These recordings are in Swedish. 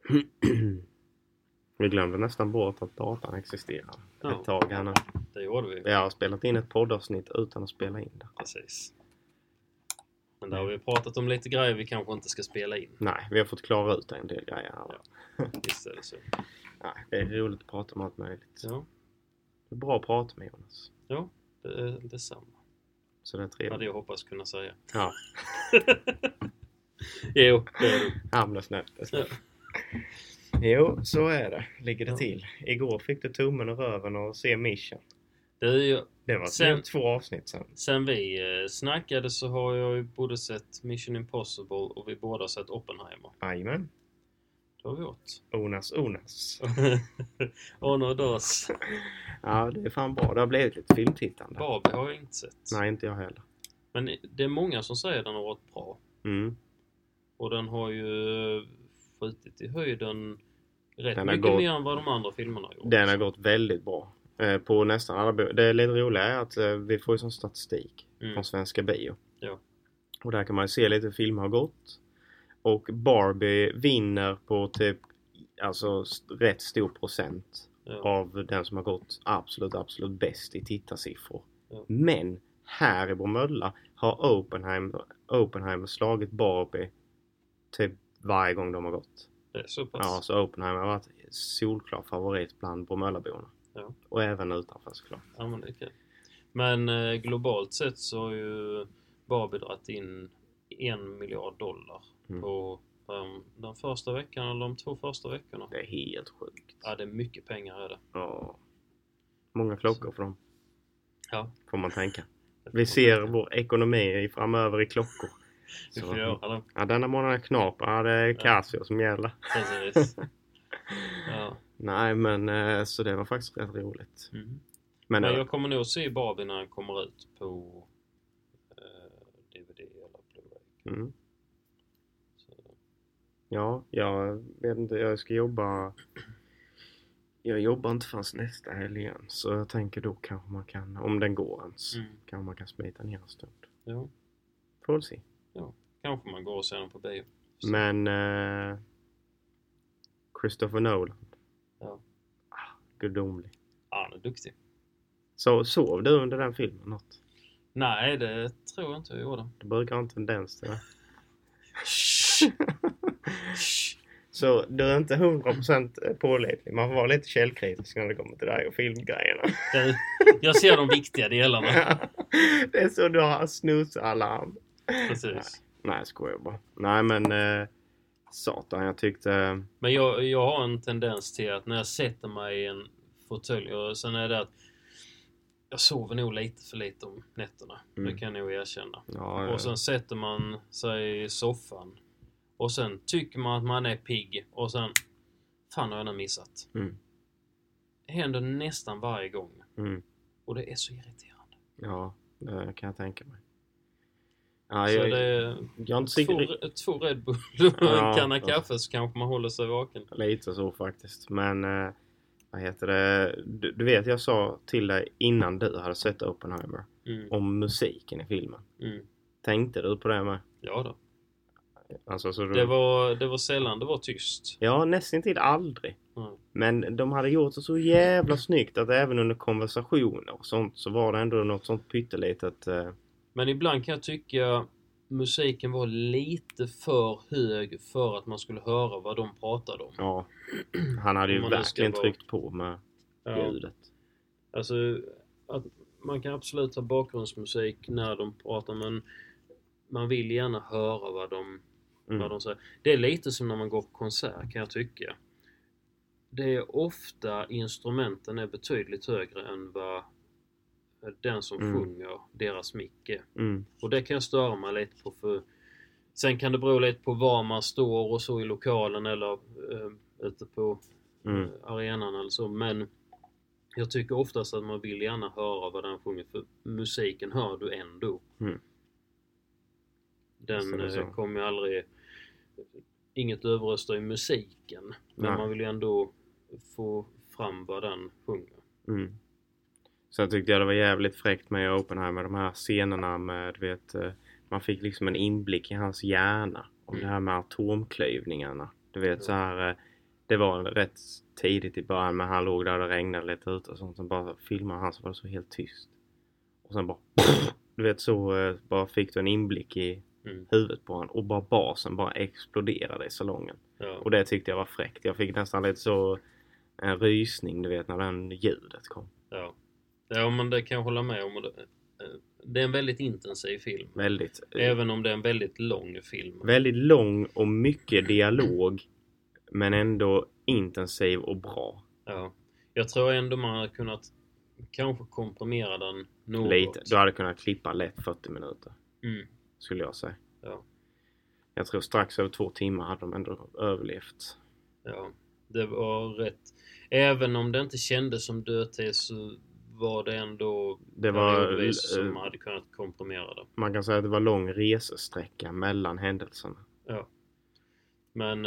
Vi glömde nästan bort att datan existerar. Ja. Ett tag här nu. Det gjorde vi. Vi har spelat in ett poddavsnitt utan att spela in det. Precis. Men där har vi pratat om lite grejer vi kanske inte ska spela in. Nej, vi har fått klara ut en del grejer här. Ja. Visst är det så. Nej, det är roligt att prata om allt möjligt. Ja, Det är bra att prata med Jonas. ja, det är detsamma. Så det är trevligt. Hade jag hoppas kunna säga. Ja, Jo, det är det. han blev snällt. Ja. Jo, så är det. Ligger det Ja. till. Igår fick du tummen och röven och se Mission. Det är ju, Det var Sen- 2 avsnitt sen. sen vi snackade så har jag ju både sett Mission Impossible och vi båda sett Oppenheimer. Jajamän. Det har vi gjort. Onas. Honor dos. Ja, det är fan bra. Det har blivit lite filmtittande. Barbie har jag inte sett. Nej, inte jag heller. Men det är många som säger att den har varit bra. Mm. Och den har ju skjutit i höjden rätt Den har mycket gått- mer än vad de andra filmerna har gjort. Den har gått väldigt bra. På nästan alla Det är lite roliga är att vi får ju sån statistik från Svenska Bio. Ja. Och där kan man ju se lite hur filmer har gått. Och Barbie vinner på typ alltså rätt stor procent Ja. av den som har gått absolut bäst i tittarsiffror. Ja. Men här i Bromölla har Oppenheimer slagit Barbie typ varje gång de har gått. Det är så pass. Ja, så Oppenheimer har varit solklar favorit bland Bromöllaborna. Ja. Och även utanför såklart. Ja, men det är kul. Men globalt sett så har ju Barbie dragit in $1 miljard på den första veckan eller de 2 första veckorna. Det är helt sjukt. Ja, det är mycket pengar är det. Ja. Många klockor för dem, Ja, får man tänka. Vi ser vår ekonomi framöver i klockor. vi Så, får göra det. ja, denna månaden knap. Ja, det är Casio som gäller. Precis. Ja. Nej, men så det var faktiskt rätt roligt. Mm. Men Men jag kommer nog se Barbie när den kommer ut på DVD eller Blu-ray. mm. Så, Ja, jag vet inte. Jag ska jobba. Jag jobbar inte förrän nästa helg igen. Så jag tänker då kanske man kan, om den går ens, kanske man kan smita ner en stund. ja, Får väl se. kanske man går och ser den på bio. Så, Men Christopher Nolan. Ja. Gudomlig. ja, han är duktig. Så sov du under den filmen något? Nej, det tror jag inte jag gjorde. Det brukar ha en tendens till det. Shh. Så du är inte 100% pålitlig. Man får vara lite källkritisk när det kommer till det här och filmgrejerna. Jag ser de viktiga delarna. Det är så du har snusalarm. Precis. Nej, jag skojar bara. Nej, men satan, jag tyckte... Men jag har en tendens till att när jag sätter mig i en fåtölj, och sen är det att jag sover nog lite för lite om nätterna. Det kan jag nog erkänna. Ja, Och sen sätter man sig i soffan. Och sen tycker man att man är pigg. Och sen, fan har jag nu missat. Mm. Det händer nästan varje gång. Mm. Och det är så irriterande. Ja, det kan jag tänka mig. Ja, Så det är jag har inte säkert... två Red Bull och en Ja, kanna ja. kaffe så kanske man håller sig vaken. Lite så faktiskt. Men vad heter det? Du vet, jag sa till dig innan du hade sett Oppenheimer om musiken i filmen. Tänkte du på det med? Ja då. Alltså, så Det var sällan det var tyst. Ja, nästan till aldrig. Mm. Men de hade gjort det så jävla snyggt att även under konversationer och sånt så var det ändå något sånt pyttelitet. Men ibland kan jag tycka musiken var lite för hög för att man skulle höra vad de pratade om. Ja, han hade ju Om man nu verkligen ska tryckt på med ljudet. Alltså, att man kan absolut ha bakgrundsmusik när de pratar, men man vill gärna höra vad de säger. Det är lite som när man går på konsert, kan jag tycka. Det är ofta instrumenten är betydligt högre än vad den som sjunger deras mick är. Och det kan jag störa mig lite på, för sen kan det bero lite på var man står och så i lokalen eller ute på arenan eller så, men jag tycker oftast att man vill gärna höra vad den sjunger, för musiken hör du ändå. Den kommer ju aldrig, inget överröstar i musiken, men man vill ju ändå få fram vad den sjunger. Så jag tyckte det var jävligt fräckt med Oppenheimer, de här scenerna med, du vet, man fick liksom en inblick i hans hjärna om det här med atomklyvningarna. Du vet, så här Det var rätt tidigt i början, men han låg där och det regnade lite ut och sånt. Sen bara filmade han så var det så helt tyst. Och sen bara, du vet så, bara fick du en inblick i huvudet på honom. Och bara basen bara exploderade i salongen. Ja. Och det tyckte jag var fräckt. Jag fick nästan lite så en rysning, du vet, när den ljudet kom. Ja. Ja, men det kan jag hålla med om. Det är en väldigt intensiv film. Väldigt. Även om det är en väldigt lång film. Väldigt lång och mycket dialog. Men ändå intensiv och bra. Ja. Jag tror ändå man har kunnat kanske komprimera den något. Lite. Du hade kunnat klippa lätt 40 minuter. Skulle jag säga. Ja. Jag tror strax över 2 timmar hade de ändå överlevt. Ja. Det var rätt. Även om det inte kändes som dödtid så var det ändå som hade kunnat komprimera det. Man kan säga att det var lång resesträcka mellan händelserna. Ja. Men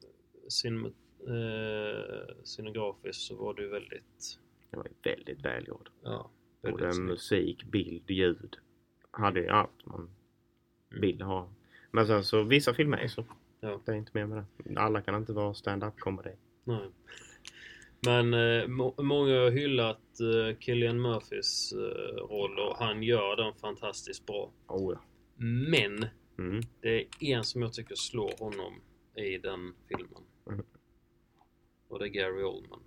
scenografiskt så var det ju väldigt... Det var väldigt välgjord. Ja. Både musik, bild, ljud. Hade ju allt man vill ha. Men sen så vissa filmer är så. Ja. Det är inte mer med det. Alla kan inte vara stand-up comedy. Nej. Men många har hyllat Cillian Murphys roll och han gör den fantastiskt bra. Oh, ja. Men det är en som jag tycker slår honom i den filmen. Och det är Gary Oldman.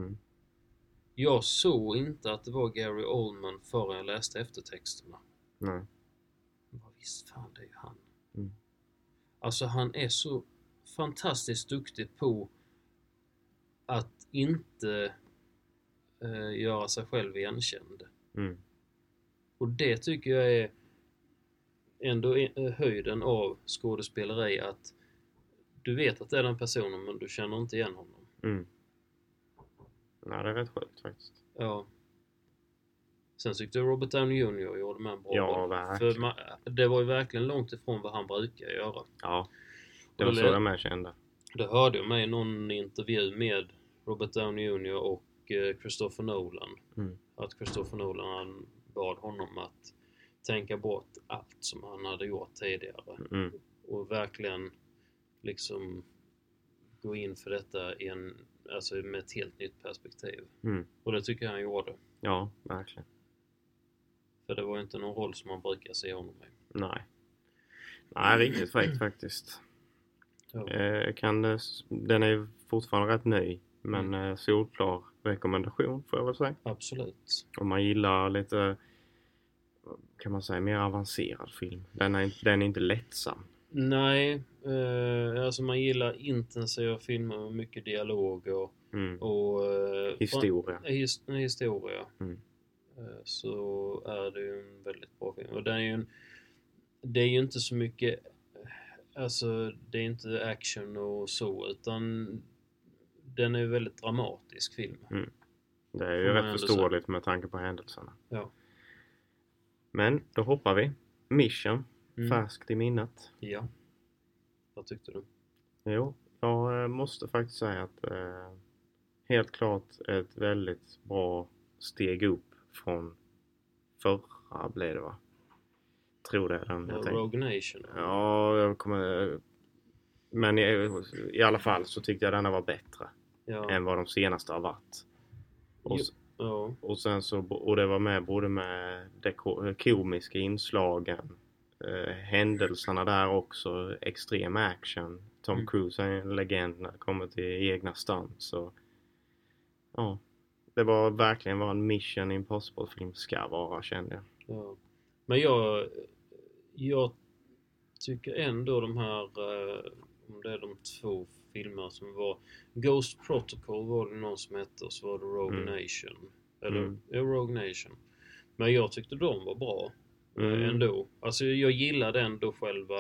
Jag såg inte att det var Gary Oldman förrän jag läste eftertexterna. Nej. Visst fan, det är ju han. Alltså han är så fantastiskt duktig på att inte göra sig själv igenkänd. Och det tycker jag är ändå höjden av skådespeleri, att du vet att det är den personen men du känner inte igen honom. Nej, det är rätt sjukt faktiskt. Ja. Sen tyckte jag Robert Downey Jr. gjorde med en bra roll. Verkligen. För det var ju verkligen långt ifrån vad han brukar göra. Ja, det var så jag med kände. Det hörde jag med i någon intervju med Robert Downey Jr. och Christopher Nolan. Att Christopher Nolan, han bad honom att tänka bort allt som han hade gjort tidigare. Och verkligen liksom gå in för detta alltså med ett helt nytt perspektiv. Och det tycker jag han gjorde. Ja, verkligen. För det var ju inte någon roll som man brukar se honom i. Nej, riktigt fräckt faktiskt. Ja. Den är fortfarande rätt ny. Men solklar rekommendation får jag väl säga. Absolut. Om man gillar lite, kan man säga, mer avancerad film. Den är inte lättsam. Nej, alltså man gillar intensiva filmer med mycket dialog och historia. Historia. Så är det ju en väldigt bra film. Och det är ju inte så mycket, alltså det är inte action och så, utan den är ju väldigt dramatisk film. Det är ju rätt förståeligt med tanke på händelserna. Ja. Men då hoppar vi. Mission. Färskt i minnet. Ja. Vad tyckte du? Jo, jag måste faktiskt säga att helt klart ett väldigt bra steg upp från förra blev det, va? Tror det är den. Rogue Nation. Ja, jag kommer... Men i alla fall så tyckte jag denna var bättre än vad de senaste har varit. Och sen så, och det var med både med de komiska inslagen, händelserna där också, extrem action. Tom Cruise är en legend när det kommer till egna stunts. Så ja, det var verkligen vad en Mission Impossible film ska vara, kände jag. Ja. Men jag tycker ändå de här, om det är de 2 filmer som var Ghost Protocol var det någon som hette, och så var det Rogue Nation. Eller Rogue Nation. Men jag tyckte de var bra ändå. Alltså jag gillade ändå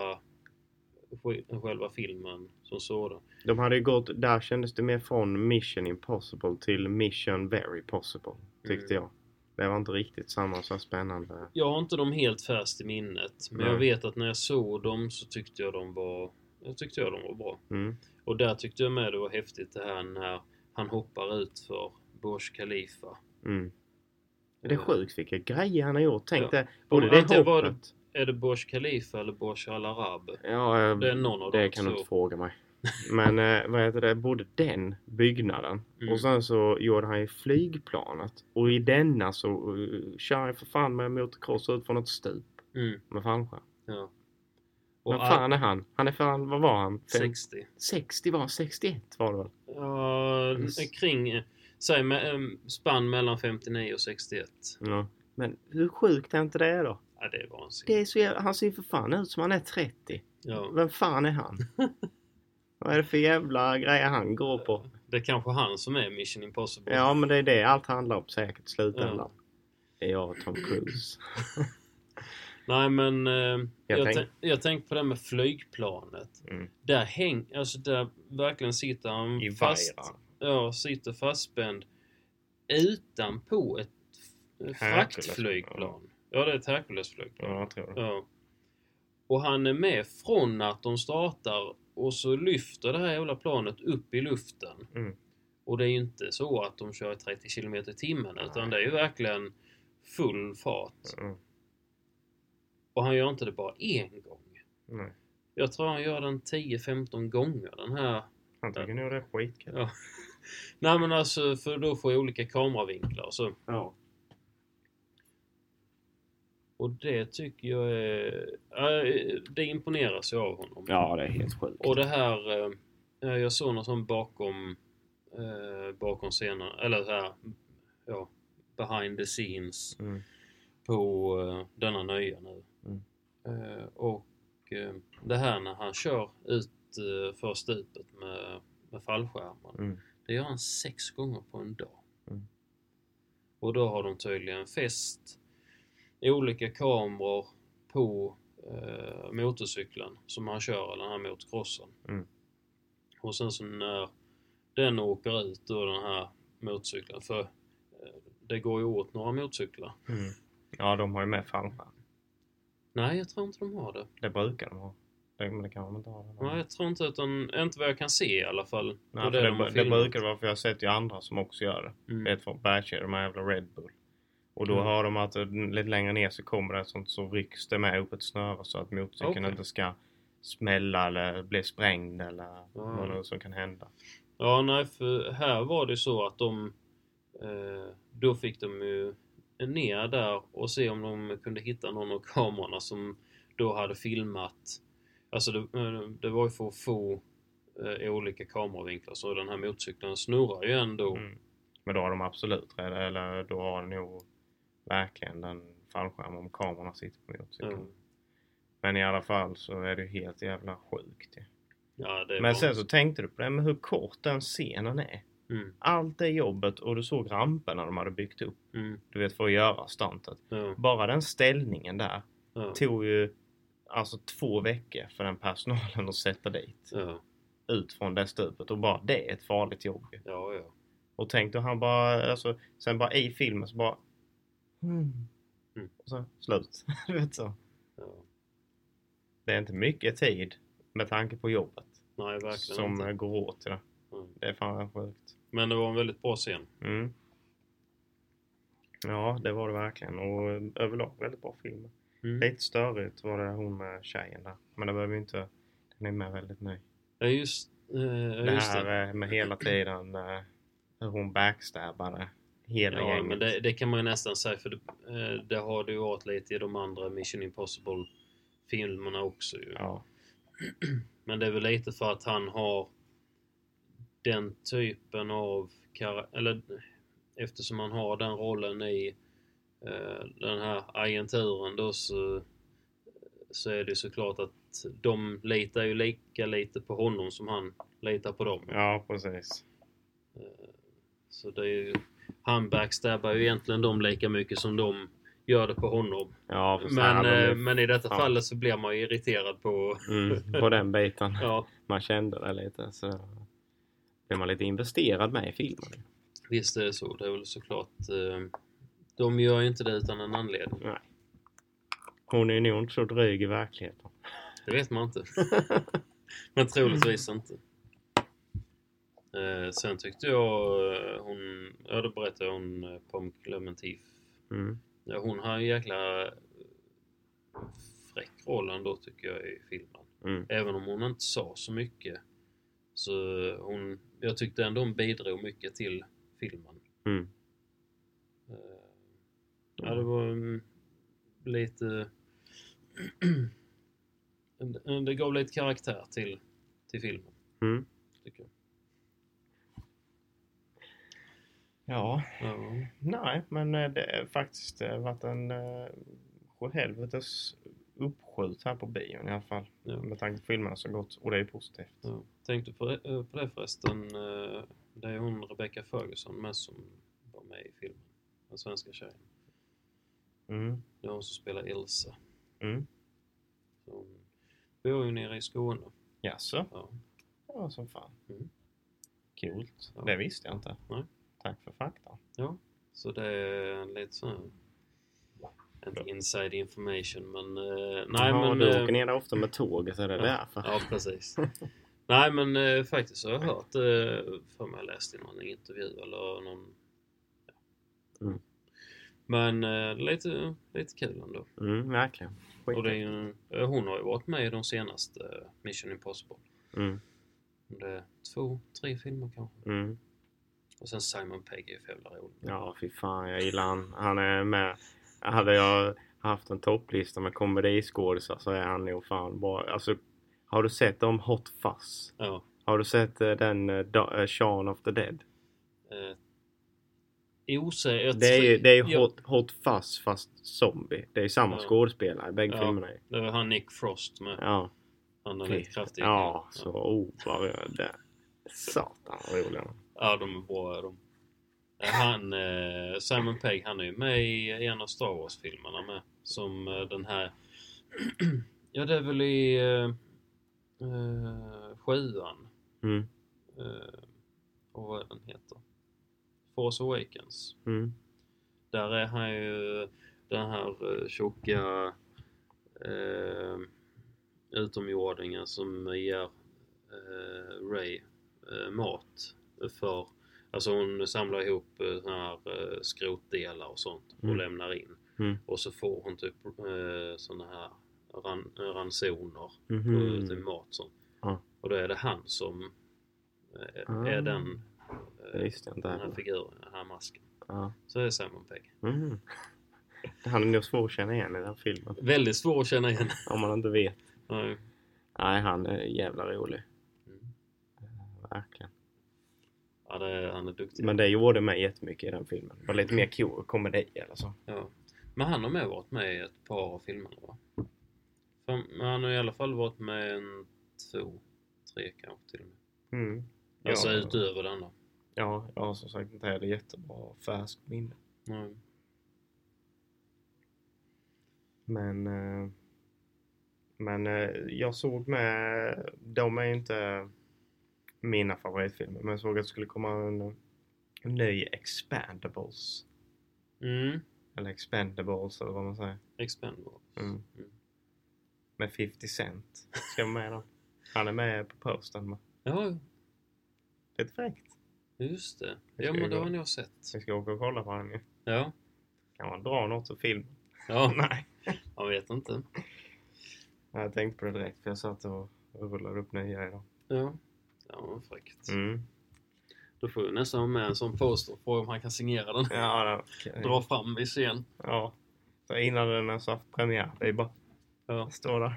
själva filmen som sådan. De hade ju gått, där kändes det mer från Mission Impossible till Mission Very Possible, tyckte jag. Det var inte riktigt samma så spännande. Jag har inte dem helt färskt i minnet. Men jag vet att när jag såg dem så tyckte jag de var bra. Och där tyckte jag med det var häftigt det här när han hoppar ut för Burj Khalifa. Det är sjukt vilka grejer han har gjort. Tänk det. Både det hoppet. Är det Burj Khalifa eller Burj Al Arab? Ja, det är någon av det dem. kan du inte fråga mig. Men vad heter det? Både den byggnaden och sen så gjorde han ju flygplanet. Och i denna så kör han för fan med motocross ut från ett stup. Med fallskärm. Ja. Och vad fan är han? Han är fan, vad var han? 60. 60 var 61 var det väl? Ja, kring... Säg spann mellan 59 och 61. Ja. Men hur sjukt är inte det då? Ja, det var vansinnigt. Det är så jävla, han ser för fan ut som han är 30. Ja. Vem fan är han? Vad är det för jävla grejer han går på? Det är kanske han som är Mission Impossible. Ja, men det är det allt handlar om säkert i slutändan. Ja. Det är jag och Tom Cruise. Nej, men jag tänkte på det med flygplanet. Där verkligen sitter han sitter fastspänd utanpå ett fraktflygplan. Ja, det är ett Hercules-flygplan. Ja, jag tror det. Ja. Och han är med från att de startar och så lyfter det här jävla planet upp i luften. Och det är ju inte så att de kör 30 km i timmen utan det är ju verkligen full fart. Och han gör inte det bara en gång. Nej. Jag tror han gör den 10-15 gånger den här. Han tycker nog det är skitkul. Ja. Nej, men alltså, för då får jag olika kameravinklar så. Ja. Och det tycker jag är... det imponeras jag av honom. Ja, det är helt sjukt. Och det här... jag såg något som bakom scenen. Eller så här... Ja, behind the scenes. På denna nöja nu. Och det här när han kör ut för stupet med fallskärmen. Det gör han 6 gånger på en dag. Och då har de tydligen fäst olika kameror på motorcykeln som han kör, eller den här motocrossen. Och sen så när den åker ut ur den här motorcykeln, för det går ju åt några motorcyklar. Ja, de har ju med fallskärm. Nej, jag tror inte de har det. Det brukar de ha. Men det kan de inte ha. Nej, jag tror inte, inte vad jag kan se i alla fall. Nej, det brukar det vara, för jag har sett ju andra som också gör det. Det är ett från Berkshire, de här jävla Red Bull. Och då har de att lite längre ner så kommer det sånt, så rycks det med upp ett snöre så att motorcykeln inte ska smälla eller bli sprängd eller vad som kan hända. Ja, nej, för här var det så att de då fick de ju ner där och se om de kunde hitta någon av kamerorna som då hade filmat. Alltså det var ju för att få olika kameravinklar, så den här motorcykeln snurrar ju ändå. Men då har de absolut eller då har de nog verkligen den fallskärm om kamerorna sitter på motorcykeln. Men i alla fall så är det helt jävla sjukt. Ja, det är men sen så tänkte du på det med hur kort den scenen är. Allt det jobbet, och du såg ramperna de hade byggt upp. Du vet, för att göra stuntet. Bara den ställningen där tog ju alltså 2 veckor för den personalen att sätta dit. Ut från det stupet. Och bara det är ett farligt jobb. Ja. Och tänk då han bara, alltså, sen bara i filmen så bara och så slut. Du vet så. Det är inte mycket tid med tanke på jobbet. Nej, verkligen som inte. Går åt till det. Det är fan sjukt. Men det var en väldigt bra scen. Ja, det var det verkligen. Och överlag väldigt bra film. Lite störigt var det hon med tjejen där. Men det behöver ju inte... Den är med väldigt ny. Ja, just det här med hela tiden hur hon backstabbade hela gänget. Ja, men det kan man ju nästan säga, för det har det ju varit lite i de andra Mission Impossible-filmerna också ju. Ja. Men det är väl lite för att han har den typen av eller eftersom han har den rollen i den här agenturen då, så är det såklart att de litar ju lika lite på honom som han litar på dem. Ja, precis. Så det är ju, han backstabbar ju egentligen dem lika mycket som de gör det på honom. Ja, men i detta fallet så blir man ju irriterad på på den biten. Ja. Man kände det lite, så blir man lite investerad med i filmen. Visst är det så. Det är väl såklart. De gör ju inte det utan en anledning. Nej. Hon är nog inte så dryg i verkligheten. Det vet man inte. Men troligtvis inte. Sen tyckte jag det berättade hon Pom Clementif. Ja, hon har en jäkla fräck roll ändå, tycker jag, i filmen. Även om hon inte sa så mycket Så jag tyckte ändå hon bidrog mycket till filmen. Ja, det var lite det gav lite karaktär till filmen. Tycker jag. Ja. Nej, men det är faktiskt varit en helvetes uppskjut här på bion i alla fall. Ja. Med tanke på filmerna så gott, och det är positivt. Ja. Tänkte på det förresten. Det är hon Rebecca Ferguson med som var med i filmen. Den svenska tjejen. Det är hon som spelar Elsa. Så hon bor ju nere i Skåne. Jaså? Ja. Ja, som fan. Coolt. Ja. Det visste jag inte. Nej. Tack för fakta. Ja, så det är lite så. Inte inside information, men nej, men du åker ner där ofta med tåget, är det därför? Ja, precis. Nej, men faktiskt så har jag hört för mig läst i någon intervju eller någon. Ja. Men lite kul ändå. Verkligen. Och det är, hon har ju varit med i de senaste Mission Impossible. Det är 2-3 filmer kanske. Och sen Simon Pegg är ju jävla rolig. Ja, fy fan, jag gillar han. Han är med. Hade jag haft en topplista med komediskådisar så är han nog fan bra. Alltså, har du sett dem Hot Fuzz? Ja. Har du sett den Shaun of the Dead? Det är ju Hot Fuzz fast zombie. Det är samma skådespelare i bägge filmerna. Det var han Nick Frost med. Ja. Han är lite kraftig. Ja, så vad är det? Satan vad roliga. Ja, de är bra de. Han, Simon Pegg, han är ju med i en av Star Wars-filmerna med. Som den här. Ja, det är väl i 7:an. Och vad den heter? Force Awakens. Där är han ju den här tjocka utomjordingen som ger Rey mat för. Alltså hon samlar ihop såna här skrotdelar och sånt och lämnar in. Och så får hon typ såna här ransoner till mat och sånt. Och då är det han som är den här figuren, den här masken. Så är det Simon Pegg. Han är nog svår att känna igen i den här filmen. Väldigt svår att känna igen. Om man inte vet. Nej, han är jävla rolig. Verkligen. Ja, han är duktig. Men det gjorde mig jättemycket i den filmen. Det var lite mer komedi eller så. Ja. Men han har med varit med i ett par av filmerna, va? Men han har i alla fall varit med 2-3 kanske till och med. Alltså utöver den då. Ja, jag har som sagt inte heller jättebra färskt minne. Men jag såg med, de är inte mina favoritfilmer, men jag såg att det skulle komma en ny Expendables. Eller Expendables eller vad man säger. Expendables. Med 50 Cent. Ska vara med då. Han är med på posten med. Ja. Lite fräckt. Just det. Ja, men det har jag sett. Vi ska åka och kolla på den. Ja. Kan man dra något av film? Ja. Nej. Jag vet inte. Jag tänkte på det direkt för jag satt och rullade upp nya idag. Ja. Ja, fräckt. Då får du nästan ha med en sån poster för om han kan signera den. Ja, dra fram vid scen. Ja. Så innan den har haft premiär. Det är bara stå där.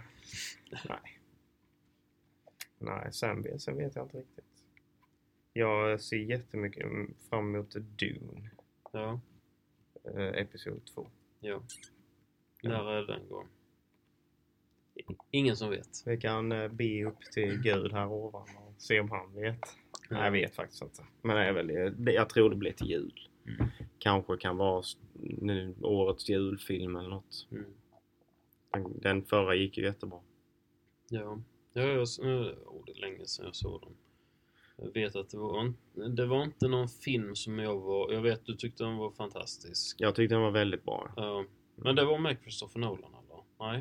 Nej, sen vet jag inte riktigt. Jag ser jättemycket fram emot Dune. Ja. Episod 2. Ja. När är den gång? Ingen som vet. Vi kan be upp till Gud här ovan och se om han vet. Nej, jag vet faktiskt inte. Men det är väl, jag tror det blir till jul. Kanske kan vara nu årets julfilm eller något. Den förra gick ju jättebra. Ja. Det är länge sedan jag såg dem. Jag vet att det var inte någon film som jag vet du tyckte den var fantastisk. Jag tyckte den var väldigt bra. Ja. Men det var med Christopher Nolan eller? Nej.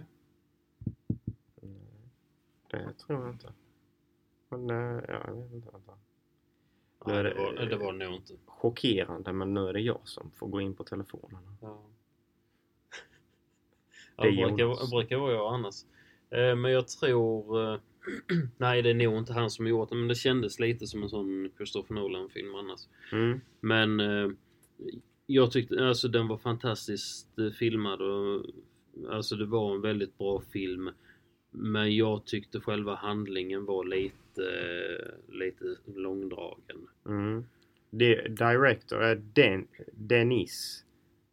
Det tror jag inte. Men jag vet inte. Nej, det var nog inte. Chockerande, men nu är det jag som får gå in på telefonen. Ja. Det brukar vara jag annars. Men jag tror Nej, det är nog inte han som gjort det, men det kändes lite som en sån Christopher Nolan-film annars. Men jag tyckte, alltså den var fantastiskt filmad och alltså det var en väldigt bra film. Men jag tyckte själva handlingen var lite långdragen. Director är Denis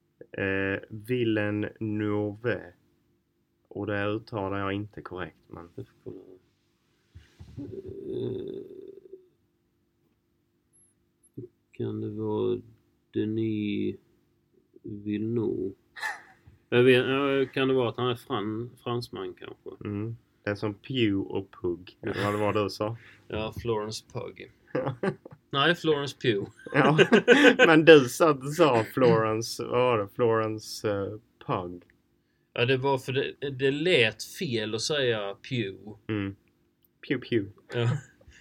Villeneuve. Och det uttalar jag inte korrekt, men... Kan det vara Denis Villeneuve? Kan det vara att han är fransman kanske? Det är som Pew och Pug. Vad var det du sa? Ja, Florence Pugh. Nej, Florence Pugh. Ja, men du sa Florence... Vad var det? Florence Pugh. Ja, det var för det lät fel att säga Pew. Pew. Ja.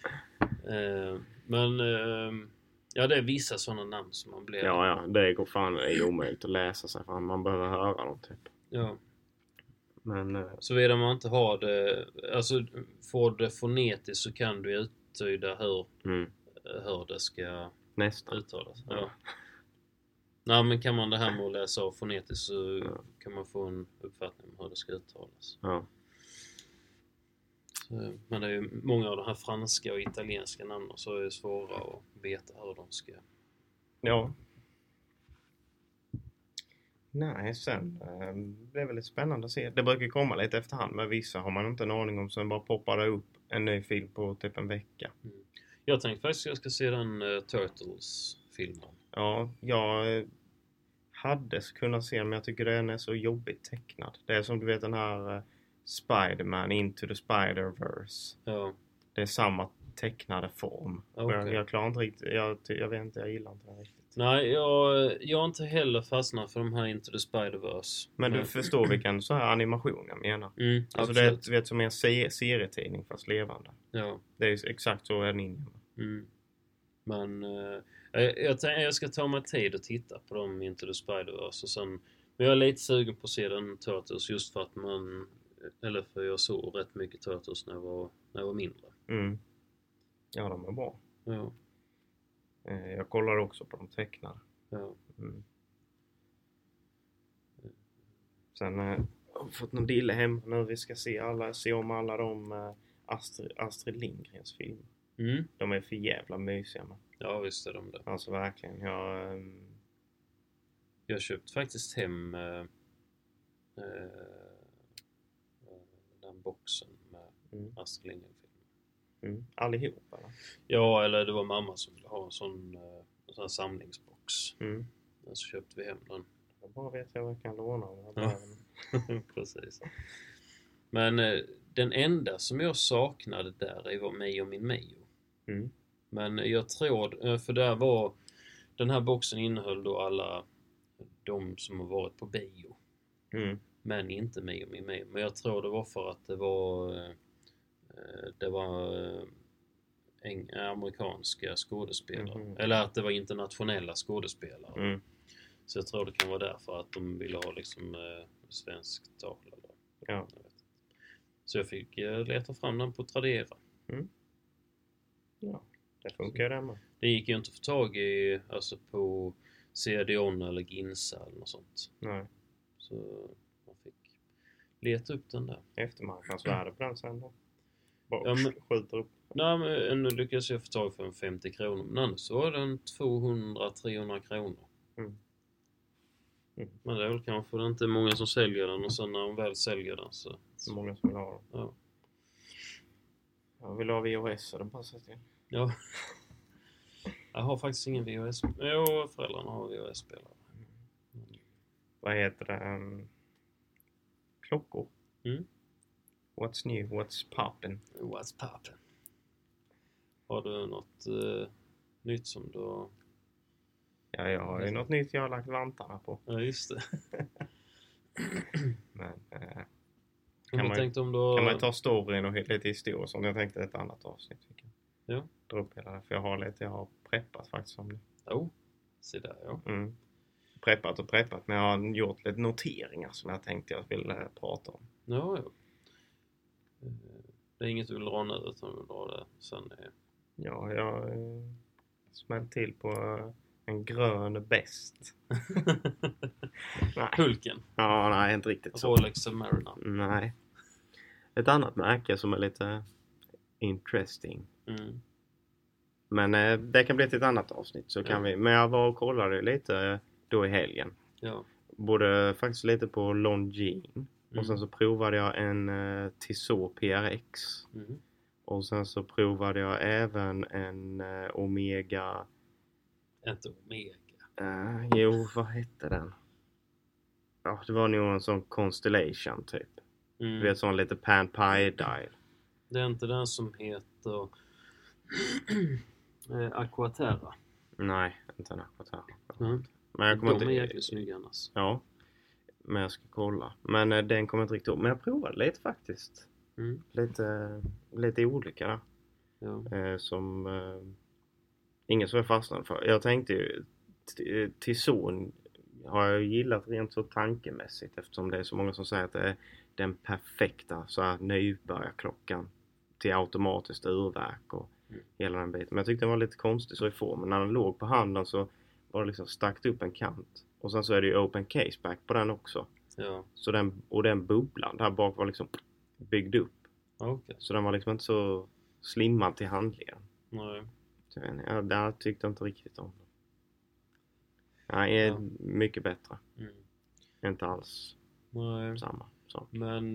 Men ja, det är vissa sådana namn som man blir... Ja, det går fan, det är omöjligt att läsa sig för man behöver höra dem typ. Ja. Men... Såvida man inte har det... Alltså, får det fonetiskt så kan du uttyda hur det ska uttalas. Ja. Nej, men kan man det här med att läsa av fonetiskt så kan man få en uppfattning om hur det ska uttalas. Ja. Så, men det är ju många av de här franska och italienska namnen så är det svåra att veta hur de ska... Ja. Nej, sen det är väldigt spännande att se. Det brukar komma lite efterhand, men vissa har man inte en aning om. Sen bara poppar det upp en ny film på typ en vecka. Jag tänkte faktiskt att jag ska se den Turtles-filmen. Ja, jag hade kunnat se den, men jag tycker den är så jobbigt tecknad. Det är som du vet den här Spider-Man Into the Spider-Verse. Ja. Det är samma tecknade form. Okay. Jag klarar inte riktigt, jag vet inte, jag gillar inte den riktigt. Nej, jag har inte heller fastnat för de här Into the Spider-Verse. Men du förstår vilken så här animation jag menar. Alltså det är som en serietidning fast levande. Ja. Det är exakt så är Ninja. Men jag ska ta mig tid att titta på dem Into the Spider-Verse och sen, men jag är lite sugen på att se den Turtles just för att för jag såg rätt mycket Turtles när jag var mindre. Ja, de är bra. Ja. Jag kollar också på de tecknade. Ja. Sen har jag fått någon dille hem nu. Vi ska se om alla de Astrid Lindgrens filmer. De är för jävla mysiga. Man. Ja, visst är de det. Alltså verkligen. Jag köpt faktiskt hem den boxen med Astrid Lindgren-filmer. Allihop eller? Ja, eller det var mamma som ville ha en sån samlingsbox. Så köpte vi hem den. Jag bara vet jag vad jag kan låna. Ja. Precis. Men den enda som jag saknade där var Mio min Mio. Men jag tror, för där var den här boxen innehöll då alla de som har varit på bio. Men inte Mio min Mio. Men jag tror det var för att det var amerikanska skådespelare. Eller att det var internationella skådespelare. Så jag tror det kan vara därför att de ville ha liksom svensk tal. Ja. Så jag fick leta fram den på Tradera. Ja, det funkar det med. Det gick ju inte att få tag i alltså på CD-ON eller Ginsa eller något sånt. Nej. Så man fick leta upp den där. Eftermarknadsvärde på den sen då? Ja, men, skjuter upp. Nej, men nu lyckades jag få tag för en 50 kronor. Men annars så var den 200-300 kronor. Men det är väl kanske det inte många som säljer den. Och sen när de väl säljer den så... Många som vill ha den. Ja. Jag vill ha VHS så den passar till. Ja. Jag har faktiskt ingen VHS. Jo, föräldrarna har VHS-spelare. Vad heter det? Klockor. What's new? What's poppin'? What's poppin'? Har du något nytt som du... Ja, jag har ju något nytt jag har lagt vantarna på. Ja, just det. Men kan man ta storyn och lite historia som jag tänkte ett annat avsnitt. Ja. Dra upp hela det, för jag har preppat faktiskt om det. Se där, ja. Preppat, men jag har gjort lite noteringar som jag tänkte jag ville prata om. Ja. Det är inget du vill dra nu utan du vill dra det sen. Ja, jag smällde till på en grön bäst. Nej. Hulken. Ja, nej, inte riktigt så. Rolex Submariner. Nej. Ett annat märke som är lite interesting. Men det kan bli ett annat avsnitt så kan vi. Men jag var och kollade lite då i helgen. Ja. Både faktiskt lite på Longines. Och sen så provade jag en Tissot PRX. Och sen så provade jag även en Omega. Inte Omega. Jo, vad hette den? Ja, det var nog en sån Constellation typ. Du vet, sån lite Pan Pie dial. Det är inte den som heter Aquaterra. Nej, inte en Aquaterra. Men jag kommer de är jäkligt snygga annars. Ja, men jag ska kolla. Men den kommer inte riktigt upp. Men jag provade lite faktiskt. Lite olika där. Ja. Som ingen som är fastnad för. Jag tänkte ju Tissot har jag gillat rent så tankemässigt, eftersom det är så många som säger att det är den perfekta så här nybörjarklockan till automatiskt urverk och hela den biten. Men jag tyckte den var lite konstig så i formen. När den låg på handen så var det liksom stackt upp en kant. Och sen så är det ju open caseback på den också. Ja. Så den bubblan där bak var liksom byggd upp. Okay. Så den var liksom inte så slimmad till handleden. Nej. Så jag tyckte inte riktigt om den. Nej, mycket bättre. Inte alls samma sak. Men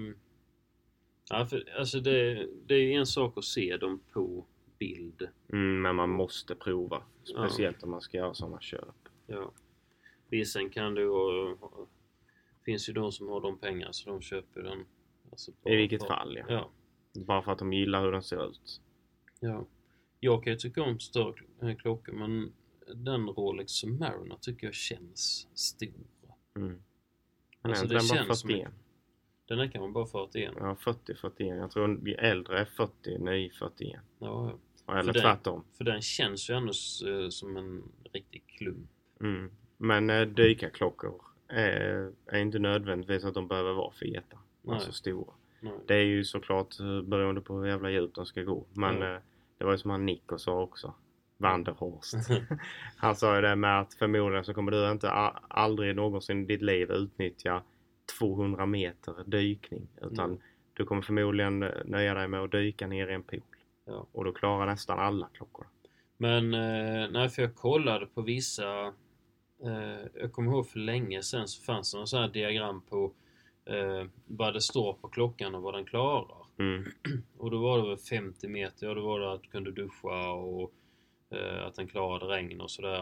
alltså det är en sak att se dem på bild. Men man måste prova. Speciellt om man ska göra sådana köp. Ja. Sen kan det finns ju de som har de pengar så de köper den. Alltså i vilket fall, ja. Bara för att de gillar hur den ser ut. Ja. Jag kan ju tycka om större klockor, men den Rolex Submariner tycker jag känns stor. Men alltså det känns som den är kan man bara 41. Ja, 40-41. Jag tror de äldre är 40, ny 41. Ja. Eller tvärtom. För den känns ju ändå som en riktig klump. Men dykarklockor är inte nödvändigtvis att de behöver vara feta. Alltså stora. Nej. Det är ju såklart beroende på hur jävla djupt de ska gå. Men det var ju som han Nico sa också. Vanderhorst. Han sa ju det med att förmodligen så kommer du inte aldrig någonsin i ditt liv utnyttja 200 meter dykning. Utan du kommer förmodligen nöja dig med att dyka ner i en pool. Ja. Och då klarar nästan alla klockor. Men för jag kollade på vissa. Jag kommer ihåg för länge sedan så fanns det någon sån här diagram på vad det står på klockan och vad den klarar. Och då var det väl 50 meter. Och då var det att du kunde duscha och att den klarade regn och sådär.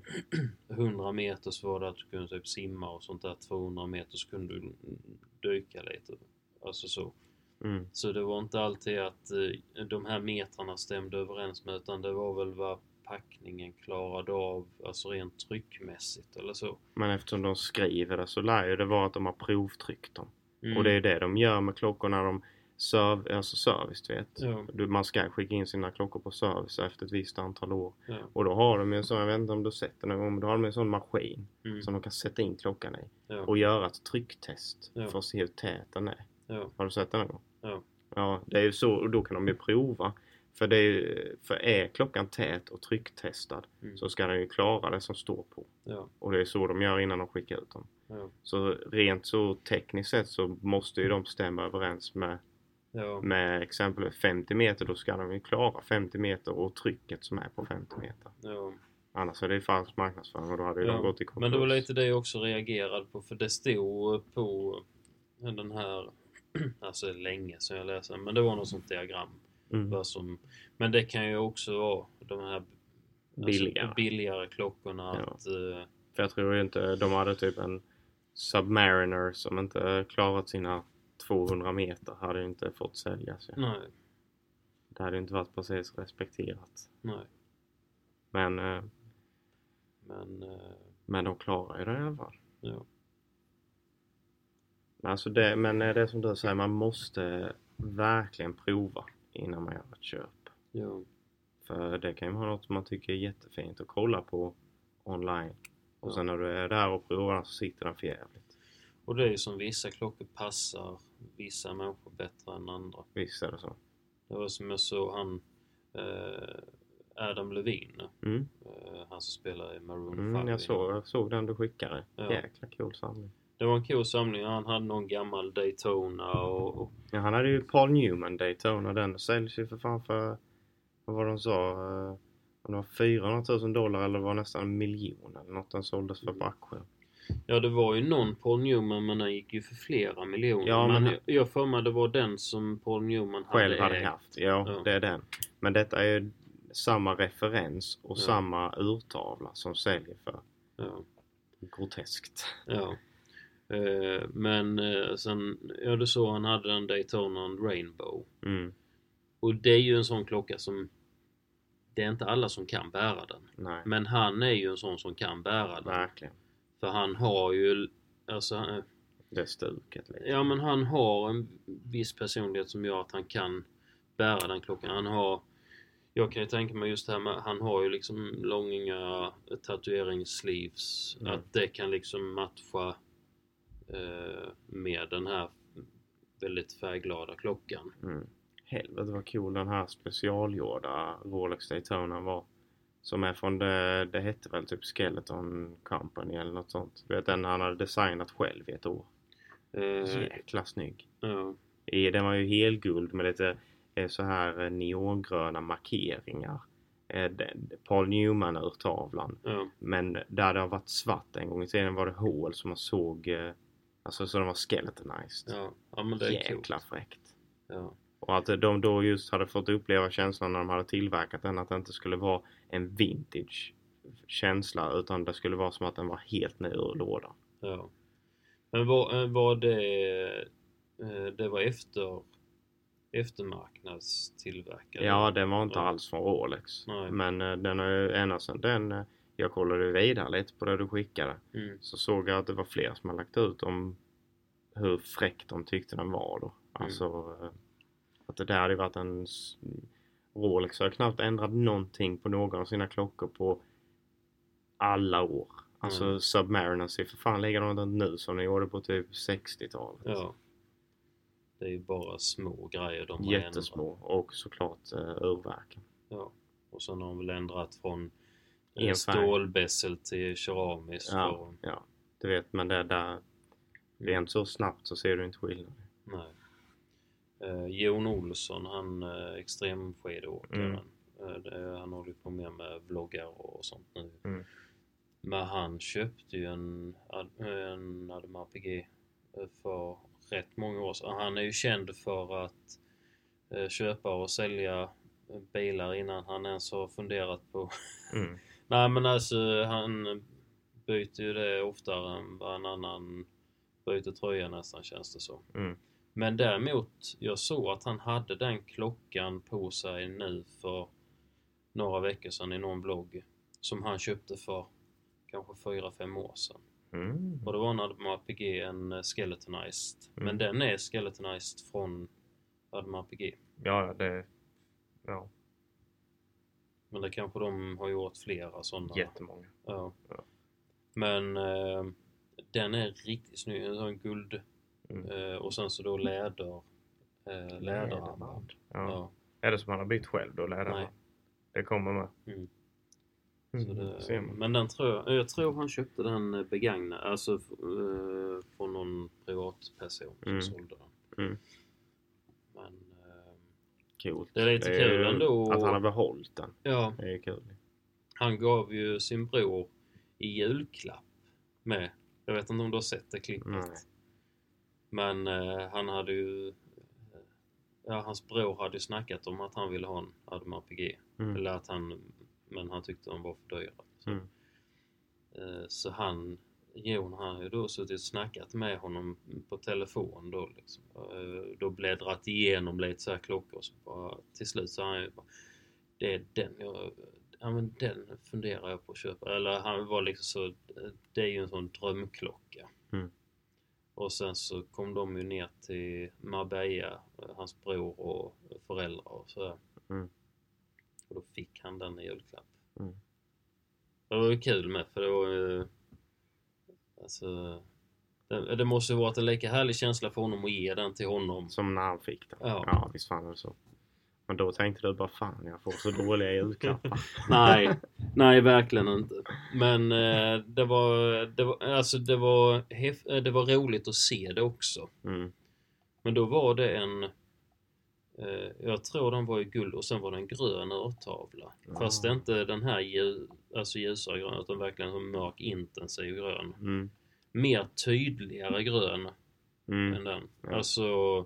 100 meter så var det att du kunde typ simma och sånt där. 200 meter så kunde du dyka lite. Alltså så. Så det var inte alltid att de här metrarna stämde överens med, utan det var väl vad packningen klarade av, alltså rent tryckmässigt eller så. Men eftersom de skriver det så lär ju det vara att de har provtryckt dem. Och det är det de gör med klockorna. De alltså service, du vet. Ja. Man ska skicka in sina klockor på service efter ett visst antal år. Ja. Och då har de en sån, jag vet inte om du sett den någon gång, men då har de en sån maskin som de kan sätta in klockan i. Ja. Och göra ett trycktest för att se hur tät den är. Ja. Har du sett den någon gång? Ja. Ja, det är ju så, och då kan de ju prova. För är klockan tät och trycktestad så ska den ju klara det som står på. Ja. Och det är så de gör innan de skickar ut dem. Ja. Så rent så tekniskt sett så måste ju de stämma överens med exempelvis 50 meter. Då ska de ju klara 50 meter och trycket som är på 50 meter. Ja. Annars är det falsk marknadsföring och då hade ju de gått i konkurs. Men det var lite det jag också reagerade på, för det stod på den här, alltså länge sedan jag läste, men det var något sånt diagram. Men det kan ju också vara de här billigare klockorna. Ja. För jag tror ju inte de hade typ en Submariner som inte klarat sina 200 meter hade inte fått säljas. Ja. Nej. Det hade inte varit precis respekterat. Nej. Men de klarar ju det i alla fall. Ja. Alltså men det är som du säger, man måste verkligen prova innan man gör ett köp. Ja. För det kan ju vara något som man tycker är jättefint att kolla på online. Och sen när du är där och provar så sitter den för jävligt. Och det är ju som vissa klockor passar vissa människor bättre än andra. Visst är det så. Det var som jag såg han Adam Levine. Han som spelar i Maroon 5. Jag såg den du skickade. Ja. Jäkla cool samling. Det var en cool samling. Han hade någon gammal Daytona och... Ja, han hade ju Paul Newman Daytona. Den säljs ju för fan för... Vad var de sa? Om det var $400,000 eller var nästan 1 miljon eller något. Den såldes för på auktion. Ja, det var ju någon Paul Newman, men den gick ju för flera miljoner. Ja, men jag för mig det var den som Paul Newman själv hade haft. Ja, det är den. Men detta är ju samma referens och samma urtavla som säljer för groteskt. Ja. Men sen, du såg han hade en Daytona Rainbow. Och det är ju en sån klocka som det är inte alla som kan bära den. Nej. Men han är ju en sån som kan bära den. Verkligen. För han har ju alltså, det är stuket lite. Ja, men han har en viss personlighet som gör att han kan bära den klockan. Han har, jag kan ju tänka mig just det här med, han har ju liksom långa tatueringssleeves. Att det kan liksom matcha med den här väldigt färgglada klockan. Helvete vad cool den här specialgjorda Rolex Daytona var. Som är från det hette väl typ Skeleton Company eller något sånt. Vet den han hade designat själv i ett år. Jäkla snygg. Den var ju helguld med lite så här neongröna markeringar. Paul Newman-urtavlan. Men där det har varit svart en gång i tiden var det hål som man såg. Alltså så de var skeletonized. Ja, men det är jäkla coolt. fräckt. Ja. Och att de då just hade fått uppleva känslan när de hade tillverkat den. Att det inte skulle vara en vintage känsla. Utan det skulle vara som att den var helt ner ur lådan. Ja. Men var det var eftermarknadstillverkad? Ja, den var inte alls från Rolex. Nej. Men den är ju ena sen den... Jag kollade vidare lite på det du skickade. Så såg jag att det var fler som hade lagt ut om hur fräck de tyckte den var då. Alltså... Att det där hade varit en... Rolex har knappt ändrat någonting på någon av sina klockor på alla år. Alltså Submariner ser för fan ligger de inte nu som de gjorde på typ 60-talet. Ja. Det är ju bara små grejer de har jättesmå ändrat. Och såklart urverken. Ja. Och sen har de väl ändrat från stålbässel till keramiskt. Ja. Du vet, men det där... Det är inte så snabbt så ser du inte skillnad. Nej. Jon Olsson, han extremskidåkaren. Han håller på med vloggar och sånt nu. Men han köpte ju en Audemars Piguet för rätt många år sedan. Han är ju känd för att köpa och sälja bilar innan han ens har funderat på. Nej, men alltså han byter ju det oftare än vad en annan byter tröja nästan, känns det så. Men däremot, jag såg att han hade den klockan på sig nu för några veckor sedan i någon blogg som han köpte för kanske 4-5 år sedan. Och det var en Audemars Piguet, en skeletonized. Men den är skeletonized från Audemars Piguet. Ja, det... Ja. Men det kanske de har gjort flera sådana. Jättemånga. Ja. Men den är riktigt snygg. En guld... och sen så då läderarmband. Ja. Är det som han har bytt själv då, läderarmband? Nej. Det kommer med. Så men den jag tror han köpte den begagnad, alltså från någon privatperson som sålde den. Men coolt. Det är lite kul ändå att han har behållit den. Ja. Det är kul. Han gav ju sin bror i julklapp med. Jag vet inte om du har sett det klippet. Nej. Men han hade ju... hans bror hade ju snackat om att han ville ha en Audemars Piguet. Eller att men han tyckte de var för dyra. Så Jon har ju då suttit och snackat med honom på telefon då liksom. Då bläddrat igenom lite så här klockor. Så bara, till slut så han ju bara, det är den men den funderar jag på att köpa. Eller han var liksom så, det är ju en sån drömklocka. Och sen så kom de ju ner till Marbella, hans bror och föräldrar och så. Och då fick han den i julklapp. Det var ju kul med, för det var ju... Alltså... Det måste ju varit en lika härlig känsla för honom att ge den till honom. Som när han fick den. Ja. Ja, visst fan är det så. Men då tänkte du bara, fan jag får så dåliga julklappar. Nej, verkligen inte. Men det var roligt att se det också. Mm. Men då var det jag tror den var i guld och sen var det en grön örtavla. Fast det är inte den här ljusare grön utan verkligen en mörk intensiv grön. Mm. Mer tydligare grön än den. Ja. Alltså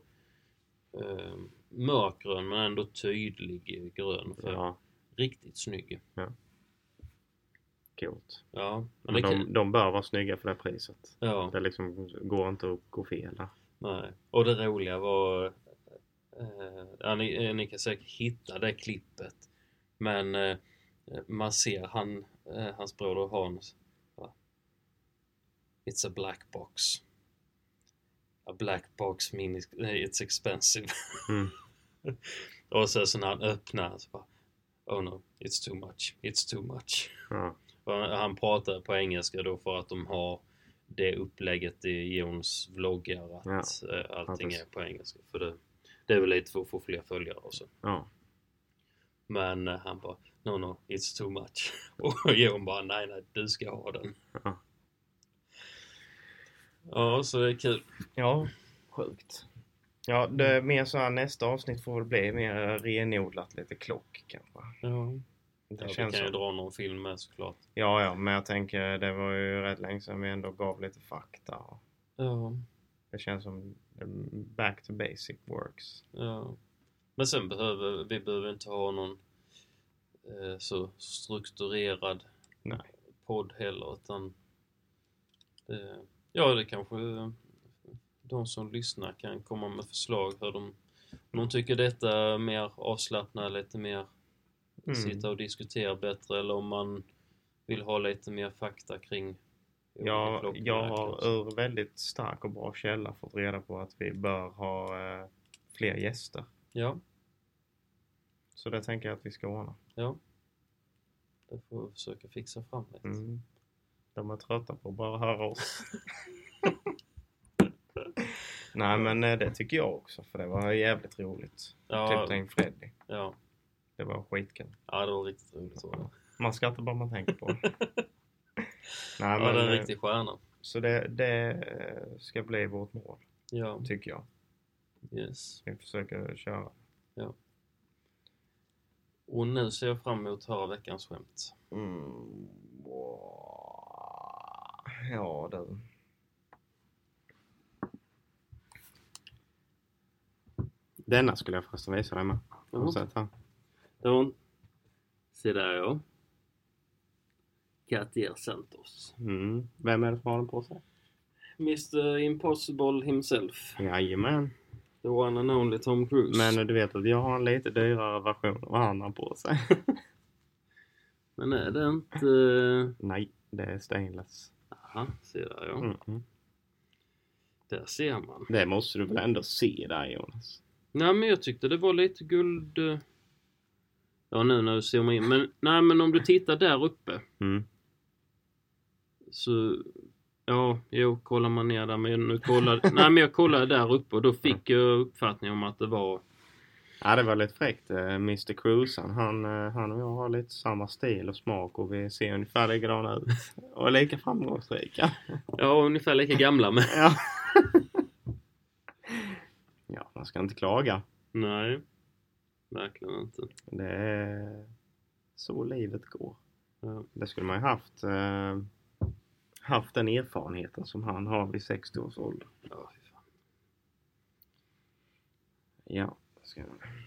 mörkgrön men ändå tydlig grön. För riktigt snygg. Ja. Coolt. Ja, men de bör vara snygga för det priset. Ja. Det liksom går inte att gå fel där. Nej. Och det roliga var ni kan säkert hitta det klippet. Men man ser hans broder Hans. It's a black box. A black box means it's expensive. Mm. Och så när han öppnar så bara, oh no, it's too much. Ja. Och han pratar på engelska då för att de har det upplägget i Jons vloggar att allting är på engelska. För det är väl lite för att få fler följare och så. Ja. Men han bara, no, it's too much. Och Jon bara, nej, du ska ha den. Ja. Ja, så det är kul. Ja, sjukt. Ja, det är mer så här, nästa avsnitt får väl bli mer renodlat, lite klock kanske. Ja. Det Vi känns kan ju så. dra någon film med såklart. Ja, men jag tänker det var ju rätt länge sedan vi ändå gav lite fakta. Ja. Det känns som back to basic works. Ja. Men sen behöver inte ha någon så strukturerad podd heller, utan det kanske de som lyssnar kan komma med förslag hur de tycker detta mer avslappnat, lite mer sitta och diskutera bättre, eller om man vill ha lite mer fakta kring. Ja, jag har ur väldigt stark och bra källa fått reda på att vi bör ha fler gäster. Ja. Så det tänker jag att vi ska ordna. Ja. Det får vi försöka fixa fram lite. De är trötta på att bara höra oss. Nej, men det tycker jag också. För det var jävligt roligt. Typ en Freddy. Ja. Det var skitkul. Ja, det var riktigt roligt. Man ska inte bara man tänker på. Nej, men, det är en riktig stjärna. Så det ska bli vårt mål. Ja. Tycker jag. Yes. Vi försöker köra. Ja. Och nu ser jag fram emot att höra veckans skämt. Ja, du. Denna skulle jag förresten visa dig med. Har du sett här? Se där, ja. Katia Santos. Vem är det som har den på sig? Mr. Impossible himself. Jajamän. The one and only Tom Cruise. Men du vet att jag har en lite dyrare version av vad han har på sig. Men är det inte... Nej, det är stainless. Aha, se där, ja. Där ser man. Det måste du väl ändå se där, Jonas? Nej, men jag tyckte det var lite guld... Ja, nu när du zoomar in. Men om du tittar där uppe. Så... Ja, kollar man ner där. Men jag kollade där uppe och då fick jag uppfattning om att det var... Ja, det var lite fräckt. Mr. Cruise, han och jag har lite samma stil och smak och vi ser ungefär likadana ut. Och är lika framgångsrika. Ja, ungefär lika gamla med. Ja. Ja, man ska inte klaga. Nej, verkligen inte. Det är så livet går. Ja. Det skulle man ju haft den erfarenheten som han har vid 60 års ålder. Ja, fy fan. Ja, det ska jag.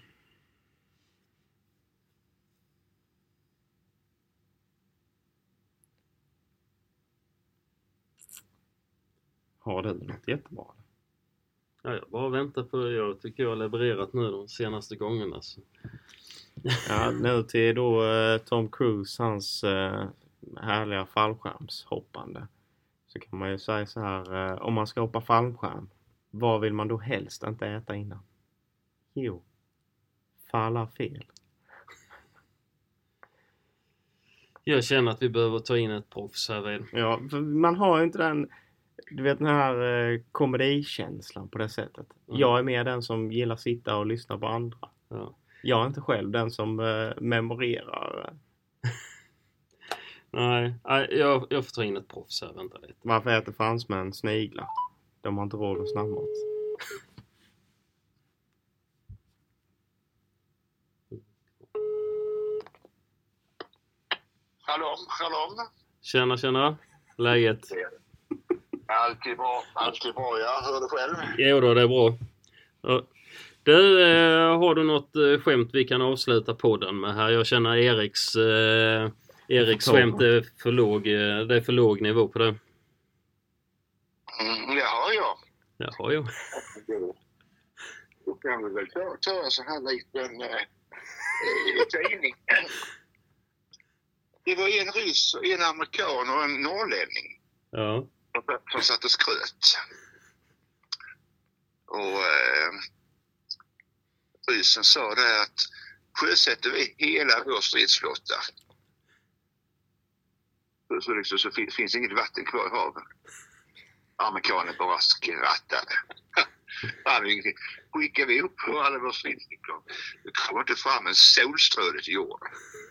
Har du något jättebra? Ja, jag bara väntar på det. Jag tycker jag har levererat nu de senaste gångerna. Så. Ja, nu till då Tom Cruise, hans härliga fallskärmshoppande. Så kan man ju säga så här, om man ska hoppa fallskärm, vad vill man då helst inte äta innan? Jo, falafel. Jag känner att vi behöver ta in ett proffs här vid. Ja, för man har ju inte den Du vet den här komedikänslan på det sättet. Mm. Jag är mer den som gillar att sitta och lyssna på andra. Ja. Jag är inte själv den som memorerar. Nej, jag får ta in ett proffs här. Vänta lite. Varför äter fransmän sniglar? De har inte råd med snabbmat. Hallå. Tjena. Läget? Alltid bra, ja. Hör du själv? Jo då, det är bra. Ja. Du, har du något skämt vi kan avsluta podden med här? Jag känner Eriks skämt är för låg. Det är för låg nivå på det. Det har jag. Jaha, jo. Då kan vi väl ta en sån här liten tidning. Det var en ryss, en amerikan och en norrlänning. Ja. Som satt och skröt. Och ryssen sa där att sjösätter vi hela vår stridsflotta så finns inget vatten kvar i haven. Amerikanen bara skrattade. Skickar vi upp på alla våra stridsflottor. Det kommer inte fram en solstråle till jorden.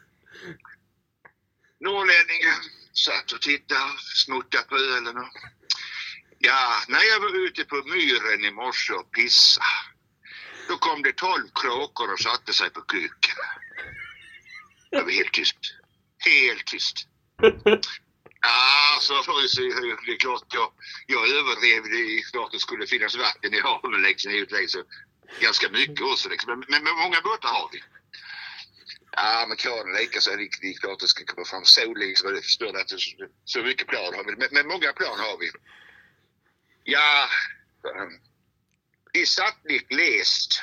Norrlänningen satt och tittade, smuttade på ölen. Ja, när jag var ute på myren i morse och pissade, då kom det 12 kråkor och satte sig på kuken. Det var helt tyst. Helt tyst. Ja, så det är klart jag överdrev det. Klart det skulle finnas vatten i haven liksom, så ganska mycket också liksom. Men många båtar har vi. Ja, amerikanerna likaså är det klart att det ska komma fram sol liksom, det förstår att så mycket plan har vi. Men många plan har vi. Ja, det satt lite läst.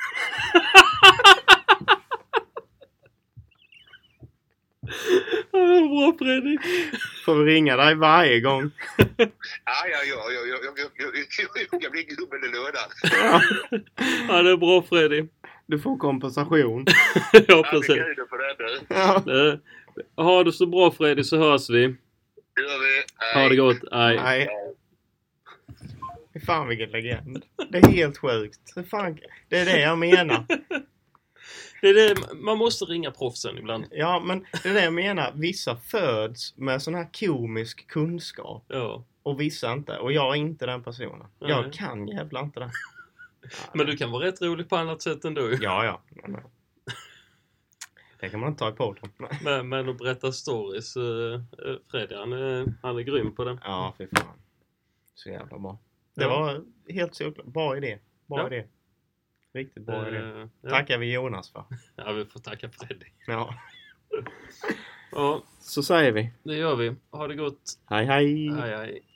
Bra, Freddy. Får vi ringa dig varje gång? Ja, jag blir gubben i lådan. Ja, det är bra, Freddy. Du får kompensation. Ja, precis. Ja, det på det. Ja. Ha det så bra, Freddy, så hörs vi. Det gör vi. Ha det gott. Aj. Nej. Fan vilken legend. Det är helt sjukt. Fan, det är det jag menar. Det är det, man måste ringa proffsen ibland. Ja, men det är det jag menar. Vissa föds med sån här komisk kunskap. Ja. Och vissa inte. Och jag är inte den personen. Nej. Jag kan jävla inte det. Men du kan vara rätt rolig på annat sätt ändå. Ja. Det kan man inte ta i podden. Men att berätta stories. Freddy, han är grym på det. Ja, fy fan. Så jävla bra. Det var helt såklart. Bra idé. Idé. Riktigt bra idé. Tackar vi Jonas för. Ja, vi får tacka Freddy. Ja. Ja, Så säger vi. det gör vi. Ha det gott. Hej. Hej.